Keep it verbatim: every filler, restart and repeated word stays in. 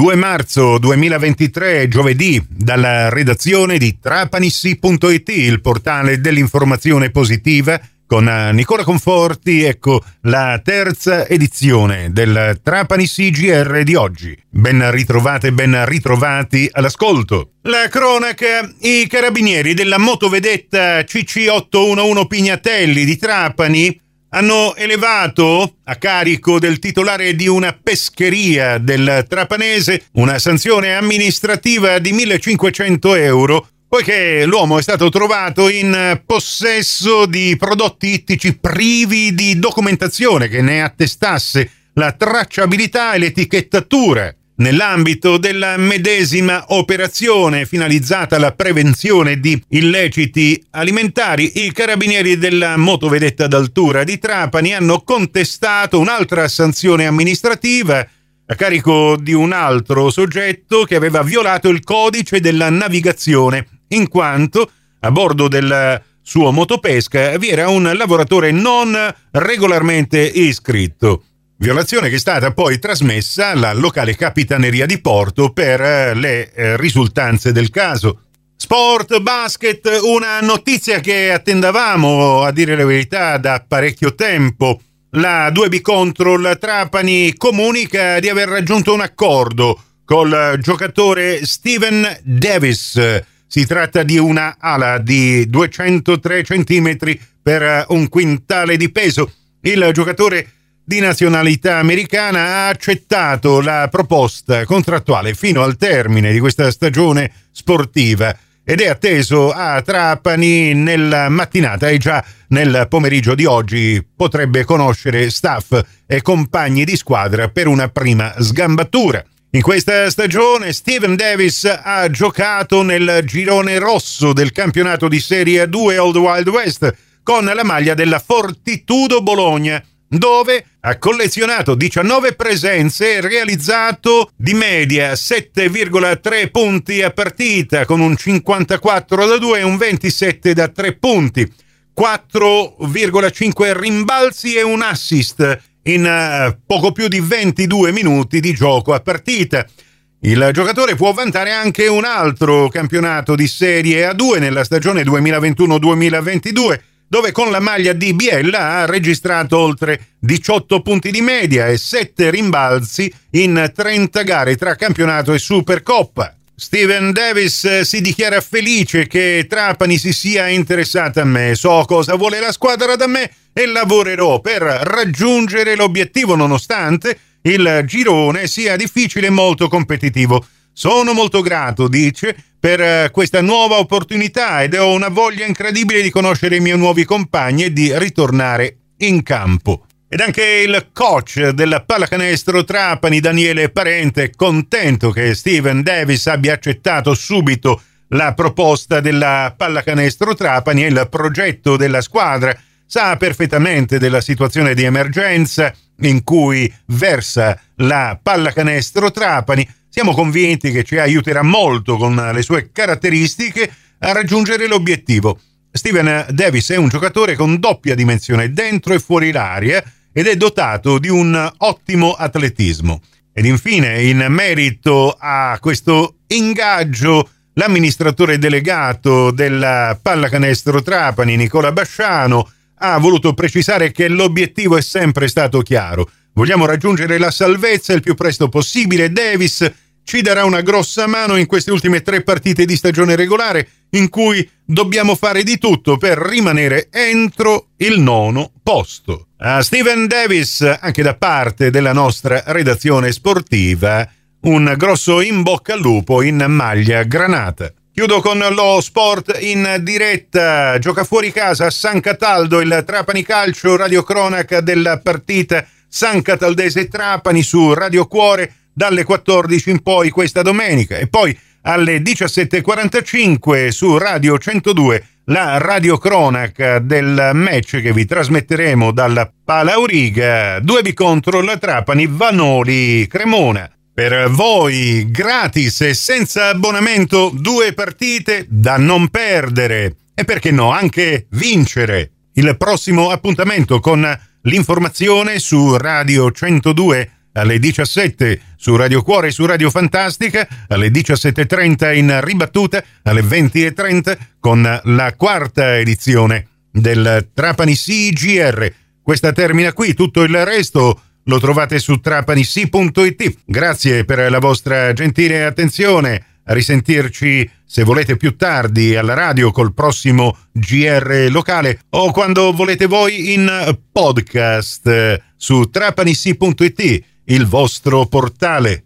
due marzo duemilaventitré, giovedì, dalla redazione di Trapanissi punto it, il portale dell'informazione positiva, con Nicola Conforti. Ecco la terza edizione del Trapanissi G R di oggi. Ben ritrovate, ben ritrovati all'ascolto. La cronaca: i carabinieri della motovedetta C C ottocentoundici Pignatelli di Trapani hanno elevato a carico del titolare di una pescheria del Trapanese una sanzione amministrativa di millecinquecento euro, poiché l'uomo è stato trovato in possesso di prodotti ittici privi di documentazione che ne attestasse la tracciabilità e l'etichettatura. Nell'ambito della medesima operazione finalizzata alla prevenzione di illeciti alimentari, i carabinieri della motovedetta d'Altura di Trapani hanno contestato un'altra sanzione amministrativa a carico di un altro soggetto che aveva violato il codice della navigazione, in quanto a bordo del suo motopesca vi era un lavoratore non regolarmente iscritto. Violazione che è stata poi trasmessa alla locale capitaneria di porto per le eh, risultanze del caso. Sport, basket, una notizia che attendavamo, a dire la verità, da parecchio tempo. La due B Control Trapani comunica di aver raggiunto un accordo col giocatore Steven Davis. Si tratta di una ala di duecentotre centimetri per un quintale di peso. Il giocatore di nazionalità americana ha accettato la proposta contrattuale fino al termine di questa stagione sportiva ed è atteso a Trapani nella mattinata, e già nel pomeriggio di oggi potrebbe conoscere staff e compagni di squadra per una prima sgambatura. In questa stagione Steven Davis ha giocato nel girone rosso del campionato di Serie due Old Wild West con la maglia della Fortitudo Bologna, dove ha collezionato diciannove presenze e realizzato di media sette virgola tre punti a partita, con un cinquantaquattro da due e un ventisette da tre punti, quattro virgola cinque rimbalzi e un assist in uh, poco più di ventidue minuti di gioco a partita. Il giocatore può vantare anche un altro campionato di Serie A due nella stagione duemilaventuno duemilaventidue, dove con la maglia di Biella ha registrato oltre diciotto punti di media e sette rimbalzi in trenta gare tra campionato e Supercoppa. Steven Davis si dichiara felice che Trapani si sia interessata a me. So cosa vuole la squadra da me e lavorerò per raggiungere l'obiettivo nonostante il girone sia difficile e molto competitivo. Sono molto grato, dice, per questa nuova opportunità ed ho una voglia incredibile di conoscere i miei nuovi compagni e di ritornare in campo. Ed anche il coach della pallacanestro Trapani, Daniele Parente, è contento che Steven Davis abbia accettato subito la proposta della pallacanestro Trapani e il progetto della squadra. Sa perfettamente della situazione di emergenza in cui versa la pallacanestro Trapani. Siamo convinti che ci aiuterà molto con le sue caratteristiche a raggiungere l'obiettivo. Steven Davis è un giocatore con doppia dimensione dentro e fuori l'area ed è dotato di un ottimo atletismo. Ed infine, in merito a questo ingaggio, l'amministratore delegato della pallacanestro Trapani, Nicola Basciano, ha voluto precisare che l'obiettivo è sempre stato chiaro. Vogliamo raggiungere la salvezza il più presto possibile. Davis ci darà una grossa mano in queste ultime tre partite di stagione regolare in cui dobbiamo fare di tutto per rimanere entro il nono posto. A Steven Davis, anche da parte della nostra redazione sportiva, un grosso in bocca al lupo in maglia granata. Chiudo con lo sport in diretta. Gioca fuori casa a San Cataldo il Trapani Calcio, radiocronaca della partita San Cataldese Trapani su Radio Cuore dalle quattordici in poi questa domenica, e poi alle diciassette e quarantacinque su Radio centodue la radiocronaca del match che vi trasmetteremo dalla Palauriga, due B contro la Trapani Vanoli Cremona. Per voi gratis e senza abbonamento, due partite da non perdere e perché no anche vincere. Il prossimo appuntamento con l'informazione su Radio centodue alle diciassette su Radio Cuore e su Radio Fantastica, alle diciassette e trenta in ribattuta, alle venti e trenta con la quarta edizione del Trapani C G R. Questa termina qui, tutto il resto lo trovate su trapanissi punto it. Grazie per la vostra gentile attenzione. A risentirci, se volete, più tardi alla radio col prossimo G R locale o quando volete voi in podcast su trapanissi punto it, il vostro portale.